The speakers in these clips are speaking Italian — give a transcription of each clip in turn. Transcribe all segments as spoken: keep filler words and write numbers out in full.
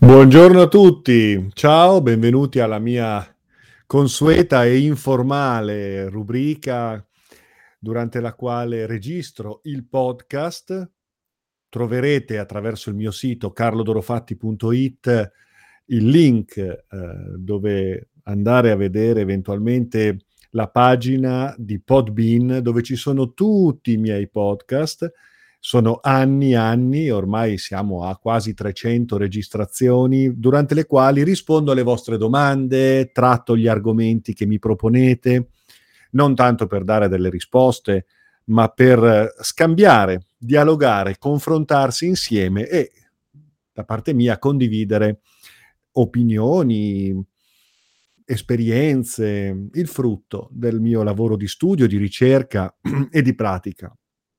Buongiorno a tutti, ciao, benvenuti alla mia consueta e informale rubrica durante la quale registro il podcast. Troverete attraverso il mio sito carlo dorofatti punto it il link eh, dove andare a vedere eventualmente la pagina di Podbean dove ci sono tutti i miei podcast. Sono anni, anni, ormai siamo a quasi trecento registrazioni, durante le quali rispondo alle vostre domande, tratto gli argomenti che mi proponete, non tanto per dare delle risposte, ma per scambiare, dialogare, confrontarsi insieme e, da parte mia, condividere opinioni, esperienze, il frutto del mio lavoro di studio, di ricerca e di pratica.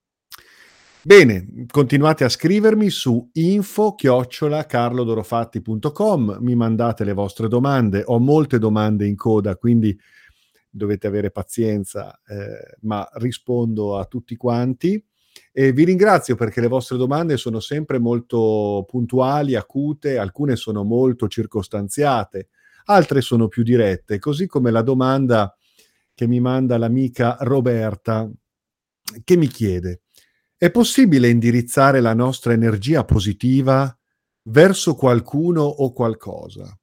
Bene, continuate a scrivermi su info chiocciola carlo dorofatti punto com, mi mandate le vostre domande, ho molte domande in coda, quindi dovete avere pazienza, eh, ma rispondo a tutti quanti. E vi ringrazio perché le vostre domande sono sempre molto puntuali, acute, alcune sono molto circostanziate, altre sono più dirette, così come la domanda che mi manda l'amica Roberta, che mi chiede: è possibile indirizzare la nostra energia positiva verso qualcuno o qualcosa?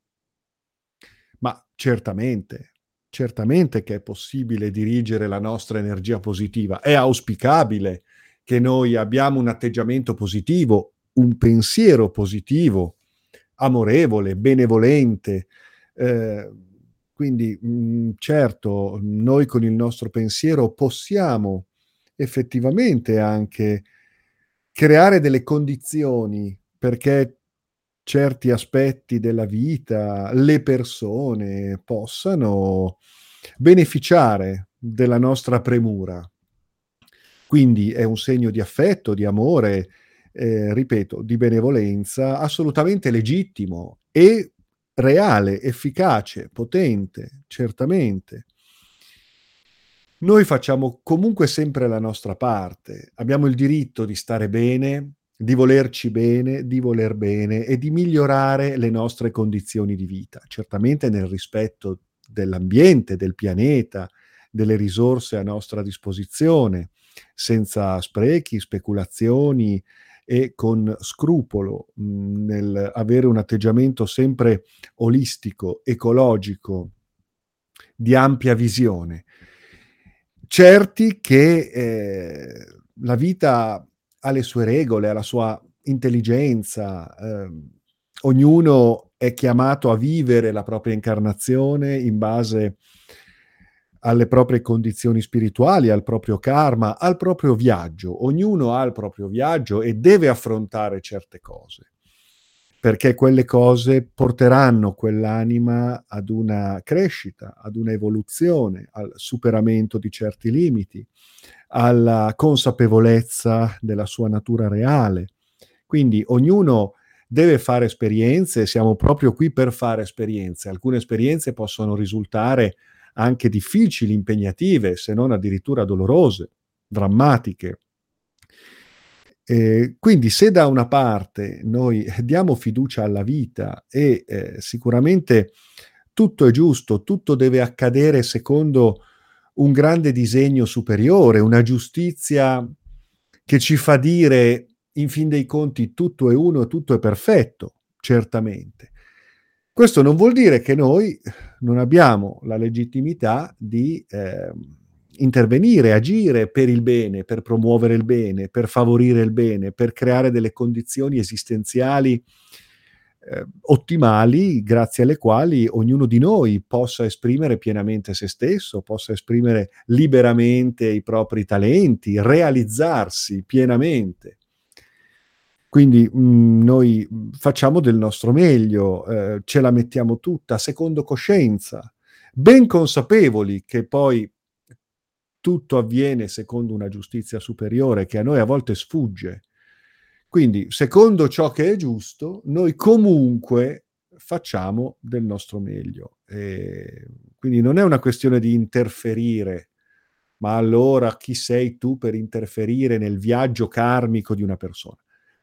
Ma certamente, certamente che è possibile dirigere la nostra energia positiva. È auspicabile che noi abbiamo un atteggiamento positivo, un pensiero positivo, amorevole, benevolente. Eh, quindi, mh, certo, noi con il nostro pensiero possiamo effettivamente anche creare delle condizioni perché certi aspetti della vita, le persone possano beneficiare della nostra premura. Quindi è un segno di affetto, di amore, ehm, ripeto, di benevolenza assolutamente legittimo e reale, efficace, potente, certamente. Noi facciamo comunque sempre la nostra parte. Abbiamo il diritto di stare bene, di volerci bene, di voler bene e di migliorare le nostre condizioni di vita, certamente nel rispetto dell'ambiente, del pianeta, delle risorse a nostra disposizione, senza sprechi, speculazioni e con scrupolo, mhmm, nel avere un atteggiamento sempre olistico, ecologico, di ampia visione. Certi che, ehm, la vita ha le sue regole, ha la sua intelligenza, ehm, ognuno è chiamato a vivere la propria incarnazione in base alle proprie condizioni spirituali, al proprio karma, al proprio viaggio. Ognuno ha il proprio viaggio e deve affrontare certe cose, perché quelle cose porteranno quell'anima ad una crescita, ad una evoluzione, al superamento di certi limiti, alla consapevolezza della sua natura reale. Quindi ognuno deve fare esperienze, siamo proprio qui per fare esperienze. Alcune esperienze possono risultare anche difficili, impegnative, se non addirittura dolorose, drammatiche. Ehm, quindi se da una parte noi diamo fiducia alla vita e, ehm, sicuramente tutto è giusto, tutto deve accadere secondo un grande disegno superiore, una giustizia che ci fa dire, in fin dei conti, tutto è uno, tutto è perfetto, certamente. Questo non vuol dire che noi non abbiamo la legittimità di, ehm, intervenire, agire per il bene, per promuovere il bene, per favorire il bene, per creare delle condizioni esistenziali, ehm, ottimali, grazie alle quali ognuno di noi possa esprimere pienamente se stesso, possa esprimere liberamente i propri talenti, realizzarsi pienamente. Quindi, mhmm, noi, mhmm, facciamo del nostro meglio, ehm, ce la mettiamo tutta secondo coscienza, ben consapevoli che poi tutto avviene secondo una giustizia superiore che a noi a volte sfugge. Quindi, secondo ciò che è giusto, noi comunque facciamo del nostro meglio. Ehm, quindi non è una questione di interferire, ma allora chi sei tu per interferire nel viaggio karmico di una persona?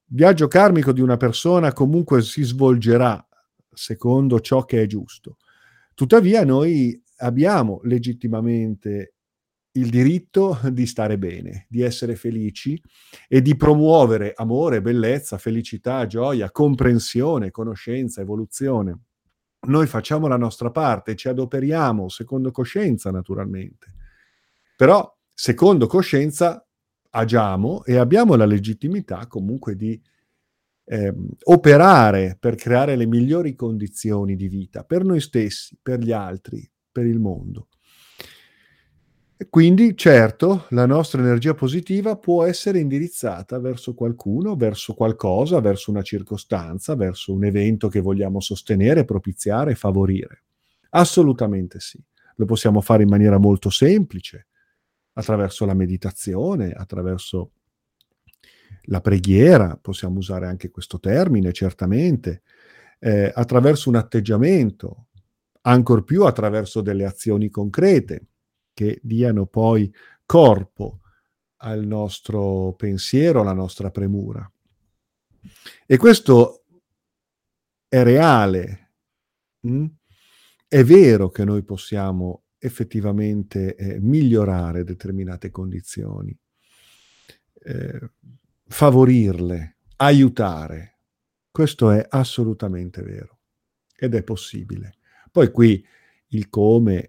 viaggio karmico di una persona comunque si svolgerà secondo ciò che è giusto. Tuttavia noi abbiamo legittimamente il diritto di stare bene, di essere felici e di promuovere amore, bellezza, felicità, gioia, comprensione, conoscenza, evoluzione. Noi facciamo la nostra parte, ci adoperiamo secondo coscienza naturalmente, però secondo coscienza agiamo e abbiamo la legittimità comunque di ehm, operare per creare le migliori condizioni di vita per noi stessi, per gli altri, per il mondo. E quindi, certo, la nostra energia positiva può essere indirizzata verso qualcuno, verso qualcosa, verso una circostanza, verso un evento che vogliamo sostenere, propiziare, favorire. Assolutamente sì. Lo possiamo fare in maniera molto semplice, attraverso la meditazione, attraverso la preghiera, possiamo usare anche questo termine, certamente, eh, attraverso un atteggiamento, ancor più attraverso delle azioni concrete che diano poi corpo al nostro pensiero, alla nostra premura. E questo è reale. Mm? È vero che noi possiamo effettivamente eh, migliorare determinate condizioni, eh, favorirle, aiutare. Questo è assolutamente vero ed è possibile. Poi qui il come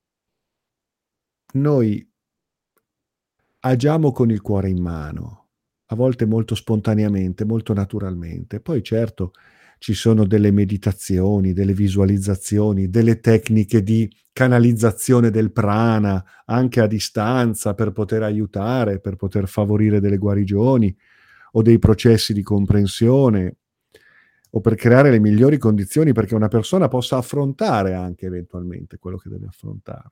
noi agiamo con il cuore in mano, a volte molto spontaneamente, molto naturalmente. Poi certo ci sono delle meditazioni, delle visualizzazioni, delle tecniche di canalizzazione del prana anche a distanza per poter aiutare, per poter favorire delle guarigioni o dei processi di comprensione o per creare le migliori condizioni perché una persona possa affrontare anche eventualmente quello che deve affrontare.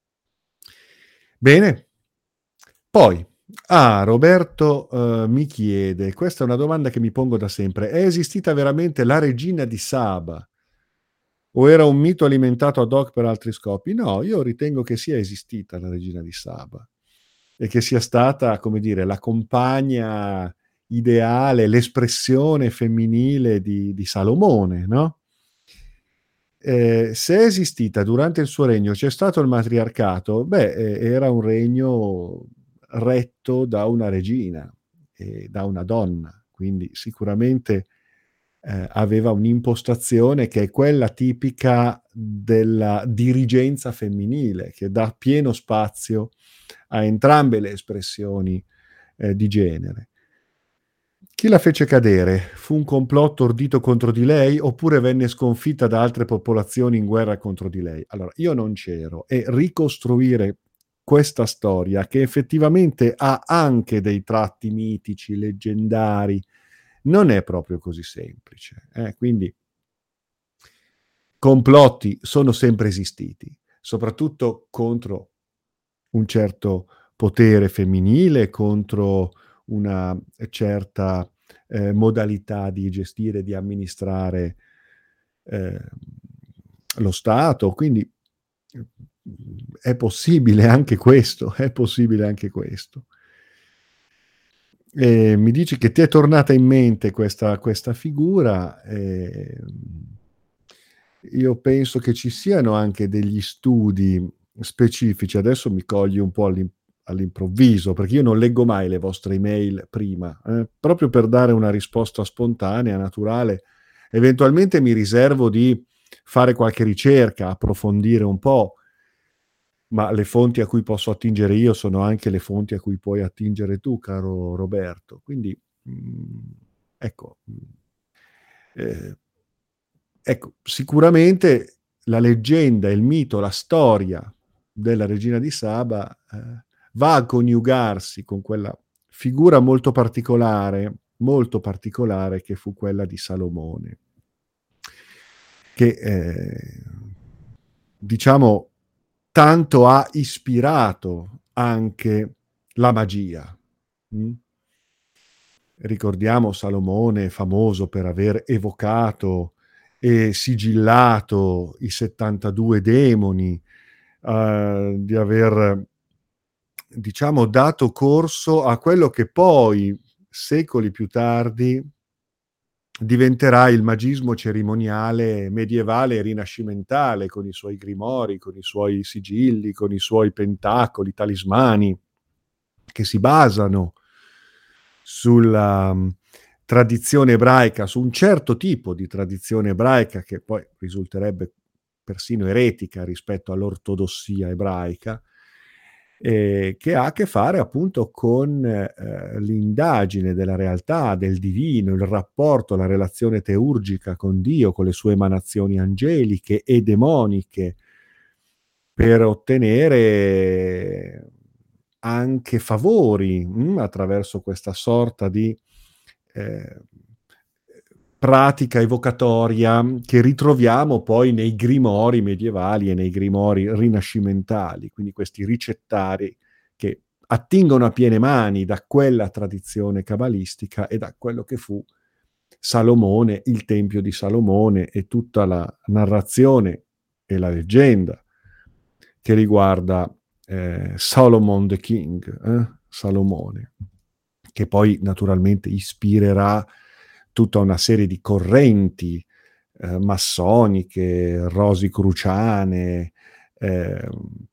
Bene. Poi, ah, Roberto eh, mi chiede, questa è una domanda che mi pongo da sempre, è esistita veramente la regina di Saba o era un mito alimentato ad hoc per altri scopi? No, io ritengo che sia esistita la regina di Saba e che sia stata, come dire, la compagna ideale, l'espressione femminile di, di Salomone, no? Eh, se è esistita durante il suo regno, c'è stato il matriarcato, beh, eh, era un regno retto da una regina, e da una donna, quindi sicuramente eh, aveva un'impostazione che è quella tipica della dirigenza femminile, che dà pieno spazio a entrambe le espressioni eh, di genere. Chi la fece cadere? Fu un complotto ordito contro di lei oppure venne sconfitta da altre popolazioni in guerra contro di lei? Allora, io non c'ero e ricostruire questa storia, che effettivamente ha anche dei tratti mitici, leggendari, non è proprio così semplice. Eh? Quindi complotti sono sempre esistiti, soprattutto contro un certo potere femminile, contro una certa eh, modalità di gestire, di amministrare eh, lo Stato. Quindi è possibile anche questo, è possibile anche questo. E mi dici che ti è tornata in mente questa, questa figura. E io penso che ci siano anche degli studi specifici. Adesso mi cogli un po' all'im- all'improvviso, perché io non leggo mai le vostre email prima, eh, proprio per dare una risposta spontanea, naturale. Eventualmente mi riservo di fare qualche ricerca, approfondire un po', ma le fonti a cui posso attingere io sono anche le fonti a cui puoi attingere tu, caro Roberto. Quindi, mh, ecco, mh, eh, ecco, sicuramente la leggenda, il mito, la storia della regina di Saba eh, va a coniugarsi con quella figura molto particolare, molto particolare che fu quella di Salomone, che eh, diciamo tanto ha ispirato anche la magia. Mm? Ricordiamo Salomone, famoso per aver evocato e sigillato i settantadue demoni, eh, di aver, diciamo, dato corso a quello che poi secoli più tardi diventerà il magismo cerimoniale medievale e rinascimentale, con i suoi grimori, con i suoi sigilli, con i suoi pentacoli, talismani, che si basano sulla mh, tradizione ebraica, su un certo tipo di tradizione ebraica che poi risulterebbe persino eretica rispetto all'ortodossia ebraica, eh, che ha a che fare appunto con eh, l'indagine della realtà, del divino, il rapporto, la relazione teurgica con Dio, con le sue emanazioni angeliche e demoniche, per ottenere anche favori, mh, attraverso questa sorta di eh, pratica evocatoria che ritroviamo poi nei grimori medievali e nei grimori rinascimentali, quindi questi ricettari che attingono a piene mani da quella tradizione cabalistica e da quello che fu Salomone, il Tempio di Salomone e tutta la narrazione e la leggenda che riguarda eh, Solomon the King, eh? Salomone, che poi naturalmente ispirerà tutta una serie di correnti eh, massoniche, rosicruciane, eh,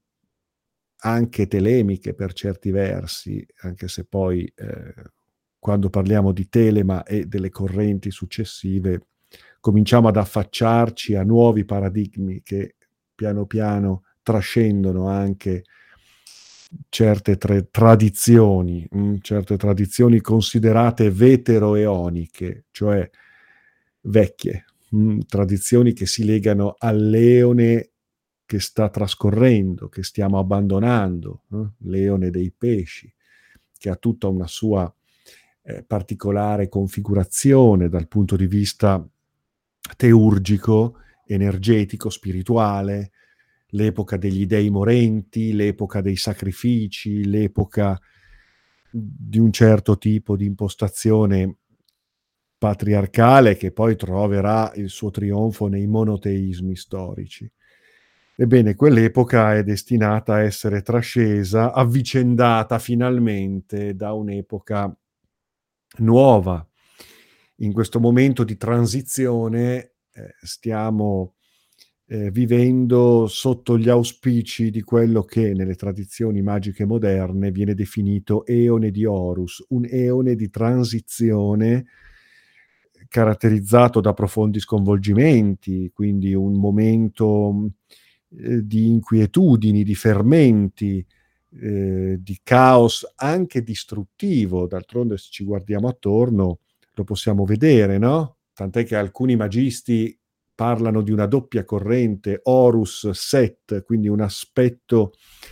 anche telemiche per certi versi, anche se poi eh, quando parliamo di Telema e delle correnti successive cominciamo ad affacciarci a nuovi paradigmi che piano piano trascendono anche certe tre tradizioni, mh, certe tradizioni considerate vetero-eoniche, cioè vecchie, mh, tradizioni che si legano all'eone che sta trascorrendo, che stiamo abbandonando, eh? L'eone dei pesci, che ha tutta una sua eh, particolare configurazione dal punto di vista teurgico, energetico, spirituale, l'epoca degli dei morenti, l'epoca dei sacrifici, l'epoca di un certo tipo di impostazione patriarcale che poi troverà il suo trionfo nei monoteismi storici. Ebbene, quell'epoca è destinata a essere trascesa, avvicendata finalmente da un'epoca nuova. In questo momento di transizione eh, stiamo eh, vivendo sotto gli auspici di quello che nelle tradizioni magiche moderne viene definito eone di Horus, un eone di transizione caratterizzato da profondi sconvolgimenti, quindi un momento eh, di inquietudini, di fermenti, eh, di caos anche distruttivo. D'altronde, se ci guardiamo attorno, lo possiamo vedere, no? Tant'è che alcuni magisti parlano di una doppia corrente, Horus Set, quindi un aspetto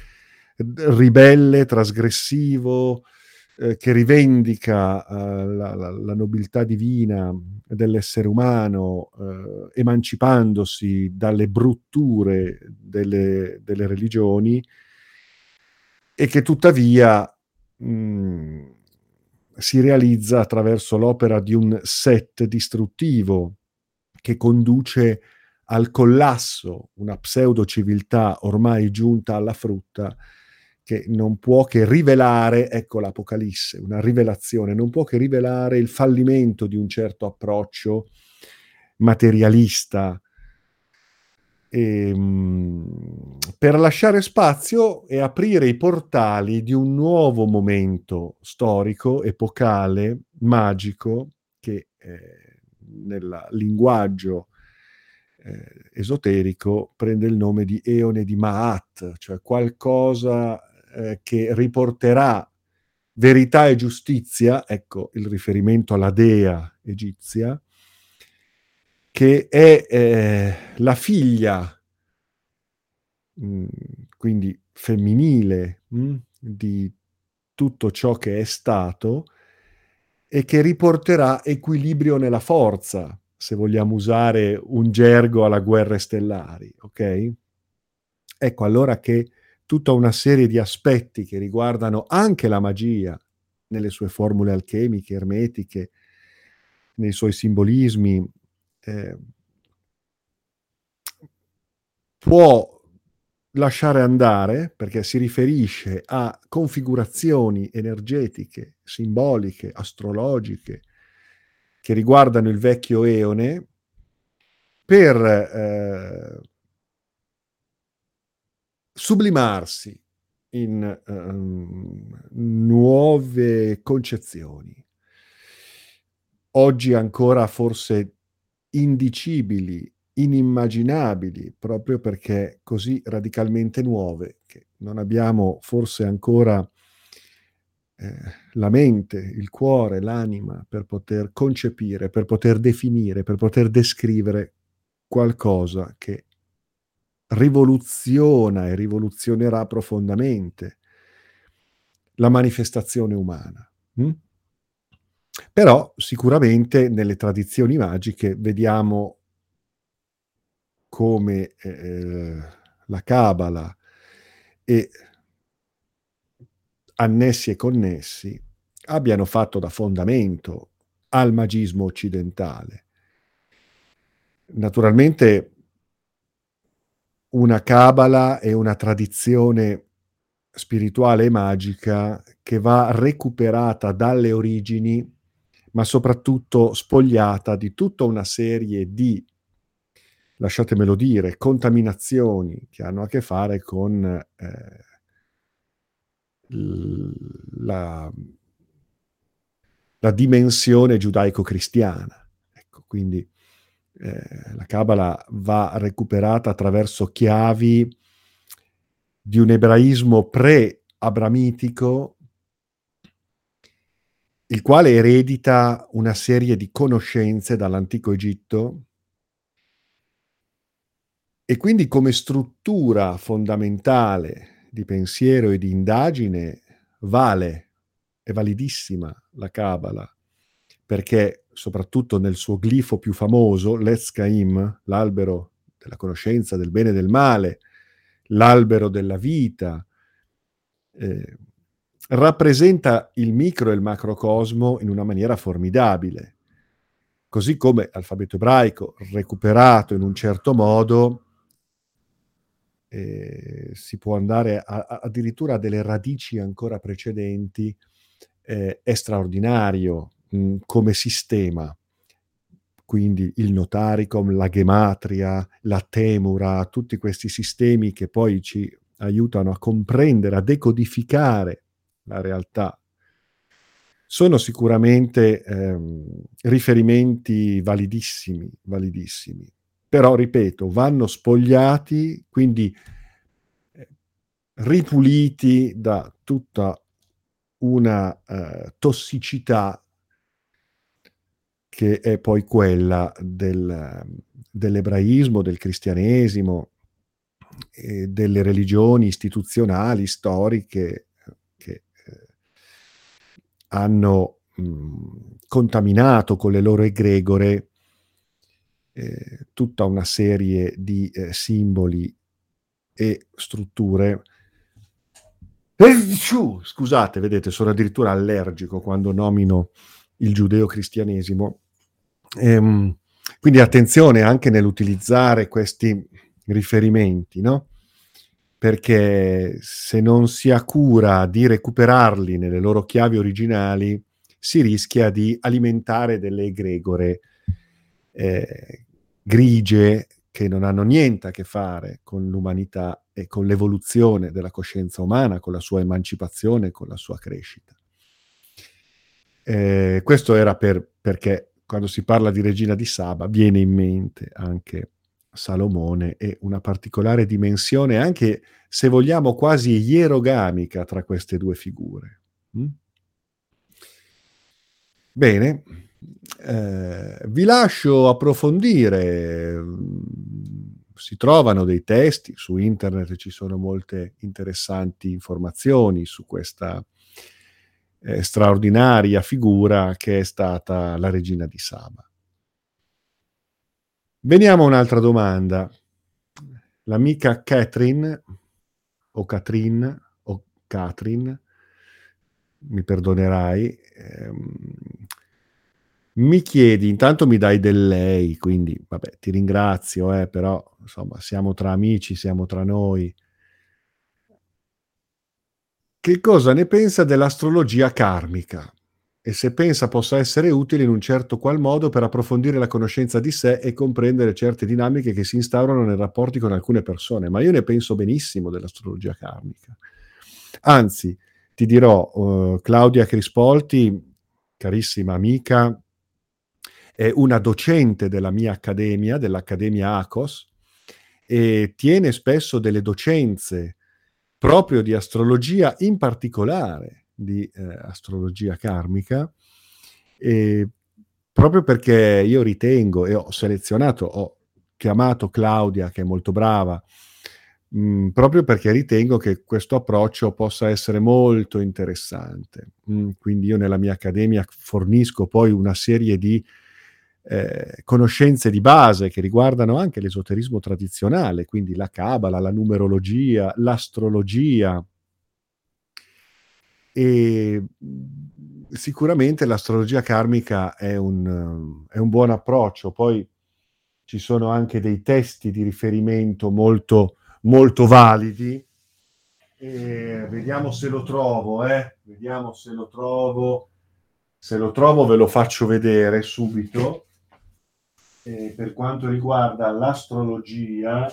ribelle, trasgressivo, eh, che rivendica eh, la, la, la nobiltà divina dell'essere umano, eh, emancipandosi dalle brutture delle, delle religioni, e che tuttavia mh, si realizza attraverso l'opera di un set distruttivo che conduce al collasso, una pseudo-civiltà ormai giunta alla frutta, che non può che rivelare, ecco l'Apocalisse, una rivelazione, non può che rivelare il fallimento di un certo approccio materialista, e, mh, per lasciare spazio e aprire i portali di un nuovo momento storico, epocale, magico, che eh, nel linguaggio eh, esoterico prende il nome di Eone di Ma'at, cioè qualcosa eh, che riporterà verità e giustizia, ecco il riferimento alla dea egizia, che è eh, la figlia, mh, quindi femminile, mh, di tutto ciò che è stato e che riporterà equilibrio nella forza, se vogliamo usare un gergo alla Guerre Stellari, ok? Ecco allora che tutta una serie di aspetti che riguardano anche la magia, nelle sue formule alchemiche, ermetiche, nei suoi simbolismi, eh, può lasciare andare, perché si riferisce a configurazioni energetiche, simboliche, astrologiche, che riguardano il vecchio eone, per eh, sublimarsi in ehm, nuove concezioni, oggi ancora forse indicibili, inimmaginabili, proprio perché così radicalmente nuove, che non abbiamo forse ancora ehm, la mente, il cuore, l'anima per poter concepire, per poter definire, per poter descrivere qualcosa che rivoluziona e rivoluzionerà profondamente la manifestazione umana, mh? Però sicuramente nelle tradizioni magiche vediamo come, ehm, la Cabala e annessi e connessi abbiano fatto da fondamento al magismo occidentale. Naturalmente una cabala è una tradizione spirituale e magica che va recuperata dalle origini, ma soprattutto spogliata di tutta una serie di, lasciatemelo dire, contaminazioni che hanno a che fare con ehm, l la la dimensione giudaico-cristiana. Ecco, quindi, ehm, la cabala va recuperata attraverso chiavi di un ebraismo pre-abramitico, il quale eredita una serie di conoscenze dall'antico Egitto e quindi come struttura fondamentale di pensiero e di indagine vale, è validissima la cabala, perché soprattutto nel suo glifo più famoso, l'Etz Chaim, l'albero della conoscenza del bene e del male, l'albero della vita, ehm, rappresenta il micro e il macrocosmo in una maniera formidabile. Così come l'alfabeto ebraico, recuperato in un certo modo, ehm, si può andare a a addirittura a delle radici ancora precedenti, ehm, è straordinario, mhmm, come sistema. Quindi il Notaricom, la Gematria, la Temura, tutti questi sistemi che poi ci aiutano a comprendere, a decodificare la realtà, sono sicuramente, ehm, riferimenti validissimi, validissimi. Però ripeto, vanno spogliati, quindi, ehm, ripuliti da tutta una, ehm, tossicità che è poi quella del dell'ebraismo, del cristianesimo e delle religioni istituzionali, storiche, che, ehm, hanno, mhmm, contaminato con le loro egregore, ehm, tutta una serie di, ehm, simboli e strutture. Etsciù! Scusate, vedete, sono addirittura allergico quando nomino il giudeo-cristianesimo. Ehm, quindi attenzione anche nell'utilizzare questi riferimenti, no, perché se non si ha cura di recuperarli nelle loro chiavi originali, si rischia di alimentare delle egregore, ehm, grigie che non hanno niente a che fare con l'umanità e con l'evoluzione della coscienza umana, con la sua emancipazione, con la sua crescita. Ehm, questo era per perché quando si parla di Regina di Saba viene in mente anche Salomone e una particolare dimensione, anche se vogliamo quasi ierogamica, tra queste due figure. Mh? Bene, ehm, vi lascio approfondire, mhmm, si trovano dei testi, su internet ci sono molte interessanti informazioni su questa, ehm, straordinaria figura che è stata la regina di Saba. Veniamo a un'altra domanda. L'amica Catherine, o Catherine, o Katrin, mi perdonerai, ehm, mi chiedi, intanto mi dai del lei, quindi vabbè ti ringrazio, eh, però insomma siamo tra amici, siamo tra noi. che cosa ne pensa dell'astrologia karmica e se pensa possa essere utile in un certo qual modo per approfondire la conoscenza di sé e comprendere certe dinamiche che si instaurano nei rapporti con alcune persone. Ma io ne penso benissimo dell'astrologia karmica. Anzi, ti dirò, uh, Claudia Crispolti, carissima amica, è una docente della mia accademia, dell'Accademia ACOS, e tiene spesso delle docenze proprio di astrologia, in particolare di eh, astrologia karmica, e proprio perché io ritengo e ho selezionato, ho chiamato Claudia, che è molto brava, mh, proprio perché ritengo che questo approccio possa essere molto interessante. Mh, quindi io nella mia accademia fornisco poi una serie di eh, conoscenze di base che riguardano anche l'esoterismo tradizionale, quindi la cabala, la numerologia, l'astrologia, e mh, sicuramente l'astrologia karmica è un, è un buon approccio. Poi ci sono anche dei testi di riferimento molto, molto validi. E vediamo se lo trovo, eh. Vediamo se lo trovo. Se lo trovo ve lo faccio vedere subito. E per quanto riguarda l'astrologia,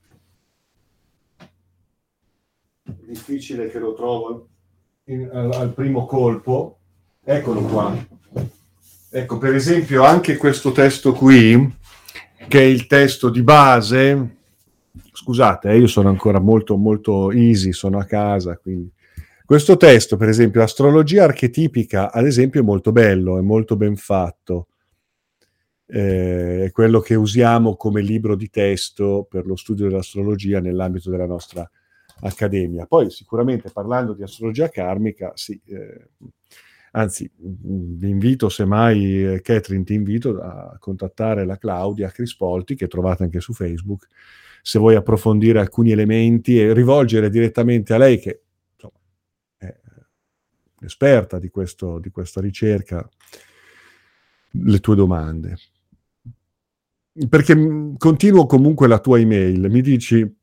è difficile che lo trovo in- al, al primo colpo. Eccolo qua. Ecco, per esempio, anche questo testo qui, che è il testo di base. Scusate, eh, io sono ancora molto, molto easy, sono a casa, quindi. Questo testo, per esempio, astrologia archetipica, ad esempio, è molto bello, è molto ben fatto. Eh, è quello che usiamo come libro di testo per lo studio dell'astrologia nell'ambito della nostra accademia. Poi, sicuramente, parlando di astrologia karmica, sì, eh, anzi, mh, vi invito, semmai, eh, Catherine, ti invito a contattare la Claudia Crispolti, che trovate anche su Facebook, se vuoi approfondire alcuni elementi e rivolgere direttamente a lei, che insomma, è esperta di, questo, di questa ricerca, le tue domande. Perché mh, continuo comunque la tua email, mi dici,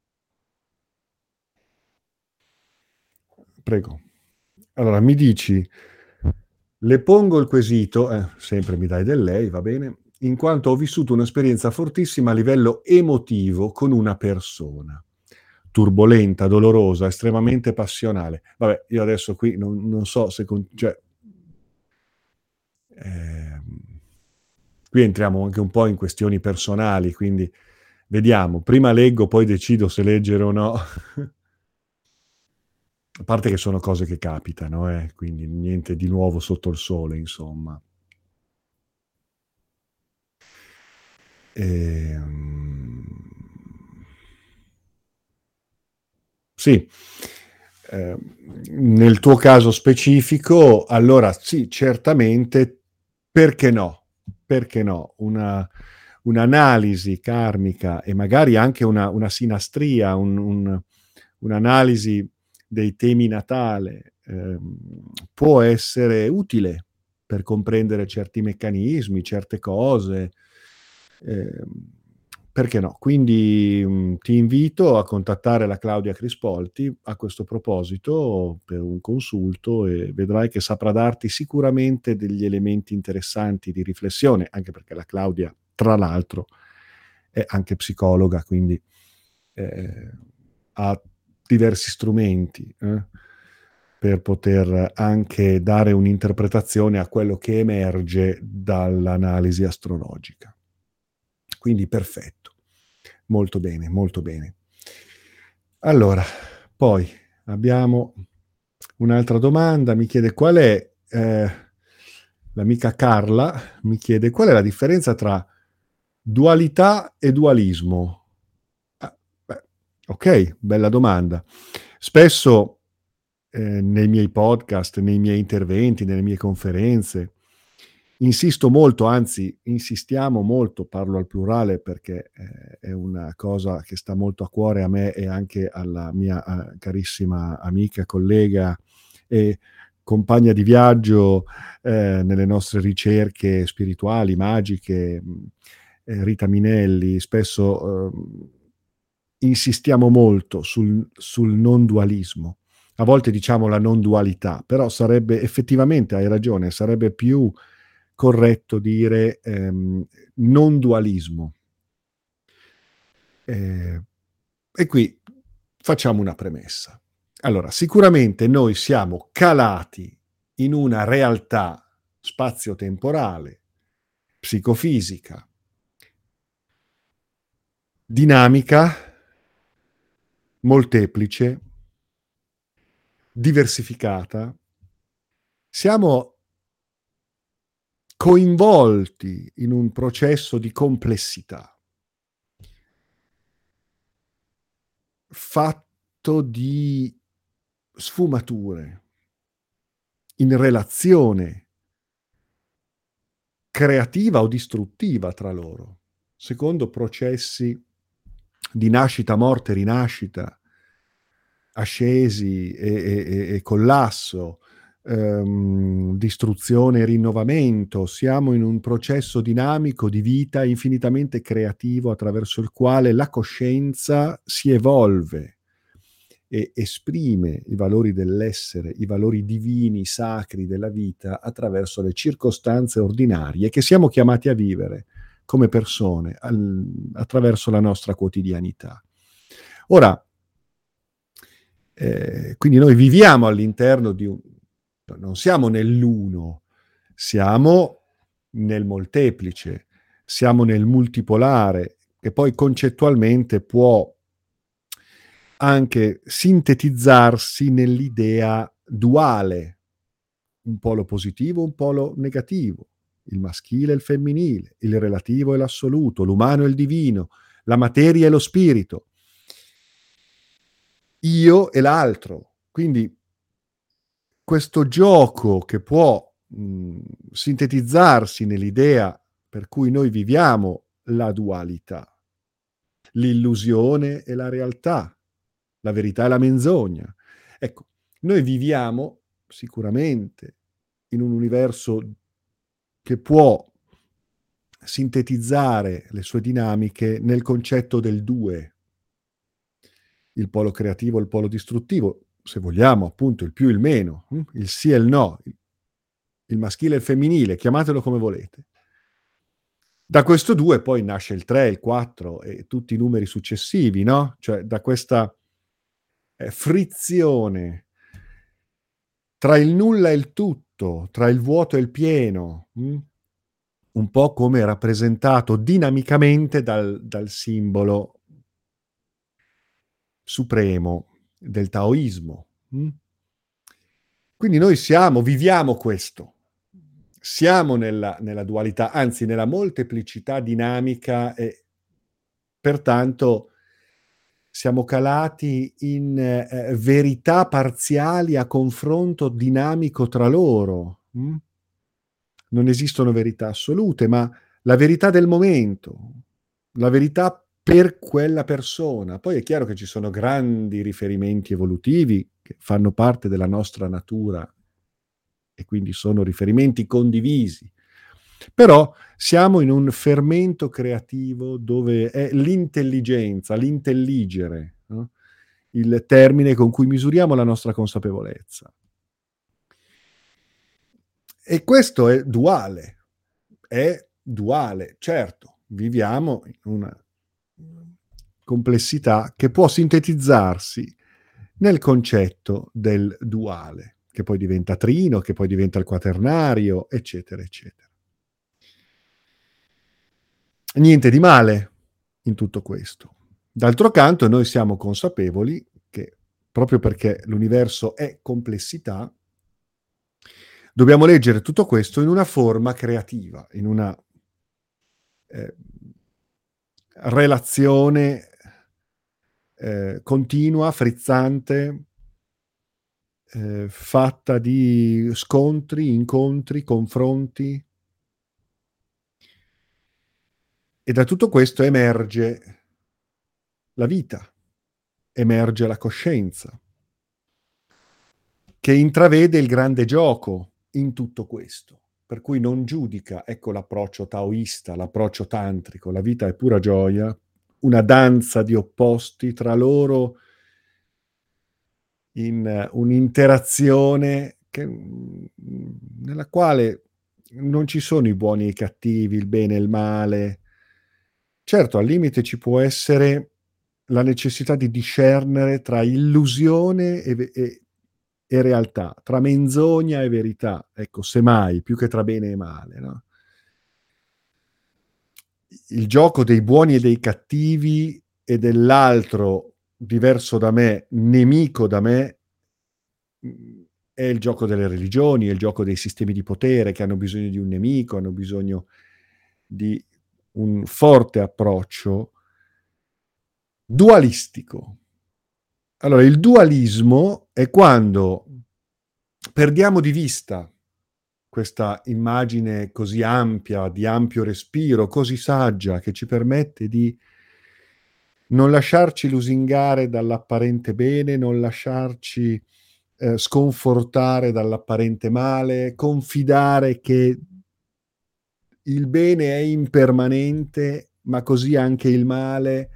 prego, allora mi dici, le pongo il quesito, eh, sempre mi dai del lei, va bene, in quanto ho vissuto un'esperienza fortissima a livello emotivo con una persona, turbolenta, dolorosa, estremamente passionale. Vabbè, io adesso qui non, non so se... Con, cioè, ehm, qui entriamo anche un po' in questioni personali, quindi vediamo. Prima leggo, poi decido se leggere o no. A parte che sono cose che capitano, eh, quindi niente di nuovo sotto il sole, insomma. Ehm, sì, ehm, nel tuo caso specifico, allora sì, certamente, perché no? Perché no? Una, un'analisi karmica e magari anche una, una sinastria, un, un, un'analisi dei temi natale ehm, può essere utile per comprendere certi meccanismi, certe cose. ehm, perché no? Quindi mh, ti invito a contattare la Claudia Crispolti a questo proposito per un consulto e vedrai che saprà darti sicuramente degli elementi interessanti di riflessione, anche perché la Claudia, tra l'altro, è anche psicologa, quindi eh, ha diversi strumenti eh, per poter anche dare un'interpretazione a quello che emerge dall'analisi astrologica. Quindi perfetto, molto bene, molto bene. Allora, poi abbiamo un'altra domanda, mi chiede qual è, eh, l'amica Carla mi chiede qual è la differenza tra dualità e dualismo. Ah, beh, ok, bella domanda. Spesso eh, nei miei podcast, nei miei interventi, nelle mie conferenze, insisto molto, anzi insistiamo molto, parlo al plurale perché eh, è una cosa che sta molto a cuore a me e anche alla mia eh, carissima amica, collega e compagna di viaggio eh, nelle nostre ricerche spirituali, magiche, mh, eh, Rita Minelli. Spesso eh, insistiamo molto sul, sul non dualismo. A volte diciamo la non dualità, però sarebbe effettivamente, hai ragione, sarebbe più corretto dire, ehm, non dualismo. Ehm, e qui facciamo una premessa. Allora, sicuramente noi siamo calati in una realtà spazio-temporale, psicofisica, dinamica, molteplice, diversificata. Siamo coinvolti in un processo di complessità fatto di sfumature in relazione creativa o distruttiva tra loro, secondo processi di nascita, morte, rinascita, ascesi e e e collasso, ehm, distruzione e rinnovamento. Siamo in un processo dinamico di vita infinitamente creativo attraverso il quale la coscienza si evolve e esprime i valori dell'essere, i valori divini, sacri della vita attraverso le circostanze ordinarie che siamo chiamati a vivere come persone al attraverso la nostra quotidianità. Ora, ehm, quindi noi viviamo all'interno di un non siamo nell'uno, siamo nel molteplice, siamo nel multipolare, che poi concettualmente può anche sintetizzarsi nell'idea duale, un polo positivo, un polo negativo, il maschile e il femminile, il relativo e l'assoluto, l'umano e il divino, la materia e lo spirito, io e l'altro. Quindi questo gioco che può, mhmm, sintetizzarsi nell'idea per cui noi viviamo la dualità, l'illusione e la realtà, la verità e la menzogna. Ecco, noi viviamo sicuramente in un universo che può sintetizzare le sue dinamiche nel concetto del due, il polo creativo e il polo distruttivo, se vogliamo appunto il più e il meno, mh? Il sì e il no, il il maschile e il femminile, chiamatelo come volete. Da questo due poi nasce il tre, il quattro e tutti i numeri successivi, no, cioè da questa, ehm, frizione tra il nulla e il tutto, tra il vuoto e il pieno, mh? Un po' come rappresentato dinamicamente dal dal simbolo supremo del taoismo, mh? Quindi noi siamo viviamo questo. Siamo nella nella dualità, anzi nella molteplicità dinamica e pertanto siamo calati in, ehm, verità parziali a confronto dinamico tra loro, mh? Non esistono verità assolute, ma la verità del momento, la verità per quella persona. Poi è chiaro che ci sono grandi riferimenti evolutivi che fanno parte della nostra natura e quindi sono riferimenti condivisi. Però siamo in un fermento creativo dove è l'intelligenza, l'intelligere, no, il termine con cui misuriamo la nostra consapevolezza. E questo è duale, è duale, certo, viviamo in una complessità che può sintetizzarsi nel concetto del duale, che poi diventa trino, che poi diventa il quaternario, eccetera, eccetera. Niente di male in tutto questo. D'altro canto noi siamo consapevoli che, proprio perché l'universo è complessità, dobbiamo leggere tutto questo in una forma creativa, in una, ehm, relazione, ehm, continua, frizzante, ehm, fatta di scontri, incontri, confronti. E da tutto questo emerge la vita, emerge la coscienza, che intravede il grande gioco in tutto questo, per cui non giudica, ecco l'approccio taoista, l'approccio tantrico, la vita è pura gioia, una danza di opposti tra loro in un'interazione che, mhmm, nella quale non ci sono i buoni e i cattivi, il bene e il male. Certo, al limite ci può essere la necessità di discernere tra illusione e ve e e realtà, tra menzogna e verità, ecco, semmai, più che tra bene e male, no? Il gioco dei buoni e dei cattivi e dell'altro diverso da me, nemico da me, mhmm, è il gioco delle religioni, è il gioco dei sistemi di potere che hanno bisogno di un nemico, hanno bisogno di un forte approccio dualistico. Allora, il dualismo è quando perdiamo di vista questa immagine così ampia, di ampio respiro, così saggia, che ci permette di non lasciarci lusingare dall'apparente bene, non lasciarci, ehm, sconfortare dall'apparente male, confidare che il bene è impermanente, ma così anche il male.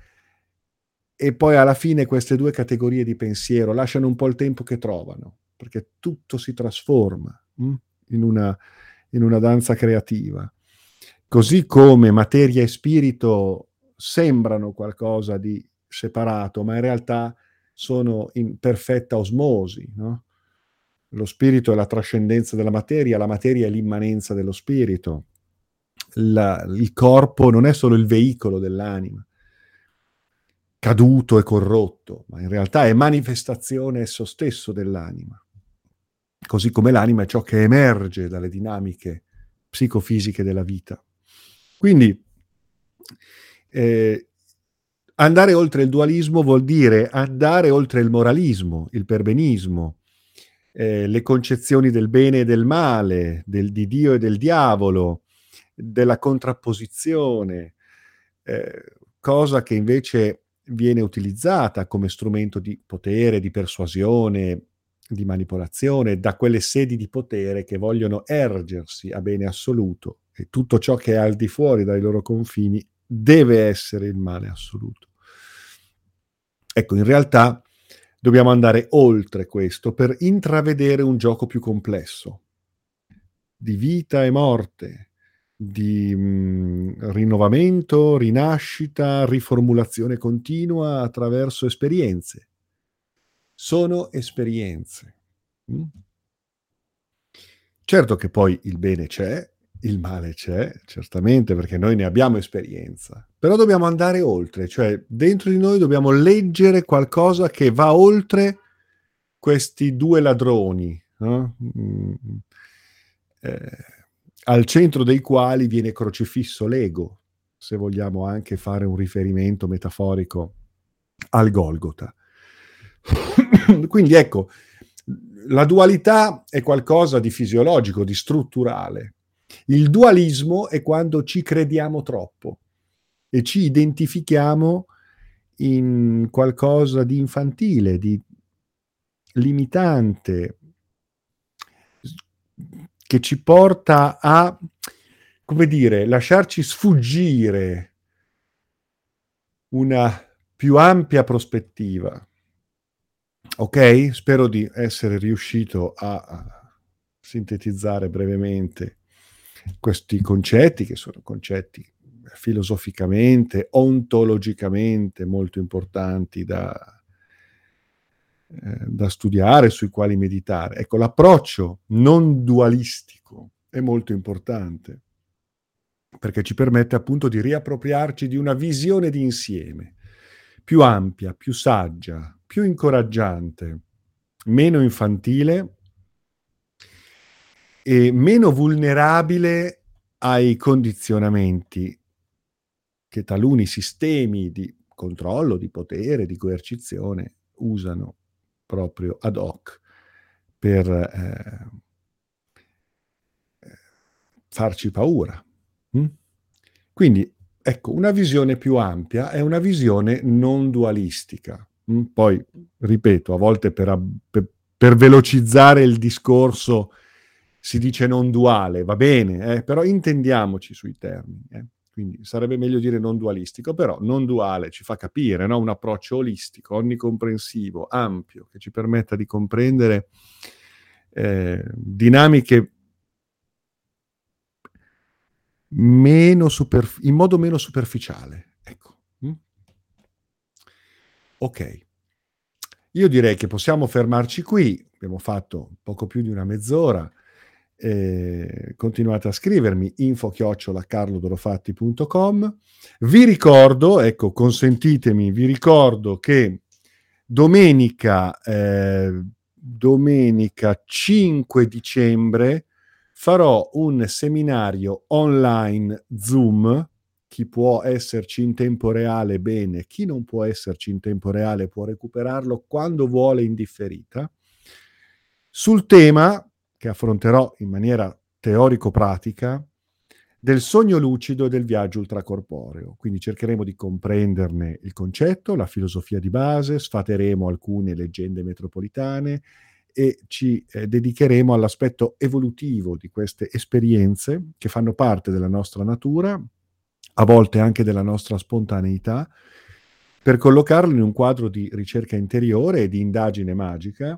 E poi alla fine queste due categorie di pensiero lasciano un po' il tempo che trovano, perché tutto si trasforma, mh, in una in una danza creativa. Così come materia e spirito sembrano qualcosa di separato, ma in realtà sono in perfetta osmosi, no, lo spirito è la trascendenza della materia, la materia è l'immanenza dello spirito. La il corpo non è solo il veicolo dell'anima caduto e corrotto, ma in realtà è manifestazione esso stesso dell'anima. Così come l'anima è ciò che emerge dalle dinamiche psicofisiche della vita. Quindi, ehm, andare oltre il dualismo vuol dire andare oltre il moralismo, il perbenismo, ehm, le concezioni del bene e del male, del di Dio e del diavolo, della contrapposizione, ehm, cosa che invece viene utilizzata come strumento di potere, di persuasione, di manipolazione da quelle sedi di potere che vogliono ergersi a bene assoluto e tutto ciò che è al di fuori dai loro confini deve essere il male assoluto. Ecco, in realtà dobbiamo andare oltre questo per intravedere un gioco più complesso di vita e morte, di, mhmm, rinnovamento, rinascita, riformulazione continua attraverso esperienze. Sono esperienze, mh? Certo che poi il bene c'è, il male c'è, certamente, perché noi ne abbiamo esperienza, però dobbiamo andare oltre, cioè dentro di noi dobbiamo leggere qualcosa che va oltre questi due ladroni, no, mhmm, ehm, al centro dei quali viene crocifisso l'ego, se vogliamo anche fare un riferimento metaforico al Golgota. Quindi ecco, la dualità è qualcosa di fisiologico, di strutturale. Il dualismo è quando ci crediamo troppo e ci identifichiamo in qualcosa di infantile, di limitante, s che ci porta a, come dire, lasciarci sfuggire una più ampia prospettiva. Okay? Spero di essere riuscito a a sintetizzare brevemente questi concetti, che sono concetti filosoficamente, ontologicamente molto importanti da ehm, da studiare, sui quali meditare. Ecco, l'approccio non dualistico è molto importante, perché ci permette appunto di riappropriarci di una visione d'insieme, più ampia, più saggia, più incoraggiante, meno infantile e meno vulnerabile ai condizionamenti che taluni sistemi di controllo, di potere, di coercizione usano proprio ad hoc per, ehm ehm, farci paura, mh? Quindi, ecco, una visione più ampia è una visione non dualistica, mh? Poi, ripeto, a volte per ab pe per velocizzare il discorso si dice non duale, va bene, eh, però intendiamoci sui termini, eh. quindi sarebbe meglio dire non dualistico, però non duale ci fa capire, no? Un approccio olistico, onnicomprensivo, ampio, che ci permetta di comprendere eh, dinamiche meno superf- in modo meno superficiale. Ecco. Mm? Ok. Io direi che possiamo fermarci qui, abbiamo fatto poco più di una mezz'ora. Eh, continuate a scrivermi info chiocciola carlodorofatti punto com. Vi ricordo, ecco, consentitemi, vi ricordo che domenica, eh, domenica cinque dicembre farò un seminario online Zoom. Chi può esserci in tempo reale bene, chi non può esserci in tempo reale può recuperarlo quando vuole in differita, sul tema che affronterò in maniera teorico-pratica del sogno lucido e del viaggio ultracorporeo. Quindi cercheremo di comprenderne il concetto, la filosofia di base, sfateremo alcune leggende metropolitane e ci eh, dedicheremo all'aspetto evolutivo di queste esperienze che fanno parte della nostra natura, a volte anche della nostra spontaneità, per collocarlo in un quadro di ricerca interiore e di indagine magica,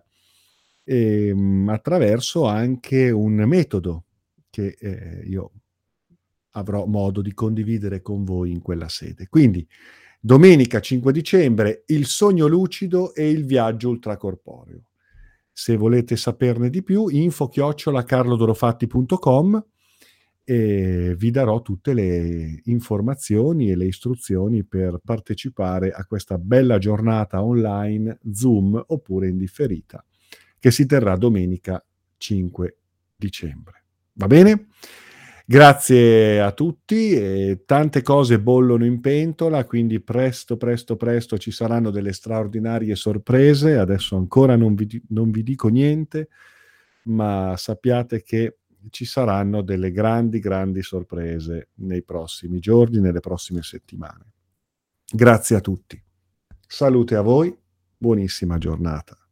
ehm, attraverso anche un metodo che eh, io avrò modo di condividere con voi in quella sede. Quindi, domenica cinque dicembre, il sogno lucido e il viaggio ultracorporeo. Se volete saperne di più, info chiocciola carlodorofatti punto com, e vi darò tutte le informazioni e le istruzioni per partecipare a questa bella giornata online Zoom oppure in differita che si terrà domenica cinque dicembre. Va bene? Grazie a tutti, e tante cose bollono in pentola, quindi presto, presto, presto ci saranno delle straordinarie sorprese. Adesso ancora non vi, non vi dico niente, ma sappiate che ci saranno delle grandi, grandi sorprese nei prossimi giorni, nelle prossime settimane. Grazie a tutti. Salute a voi, buonissima giornata.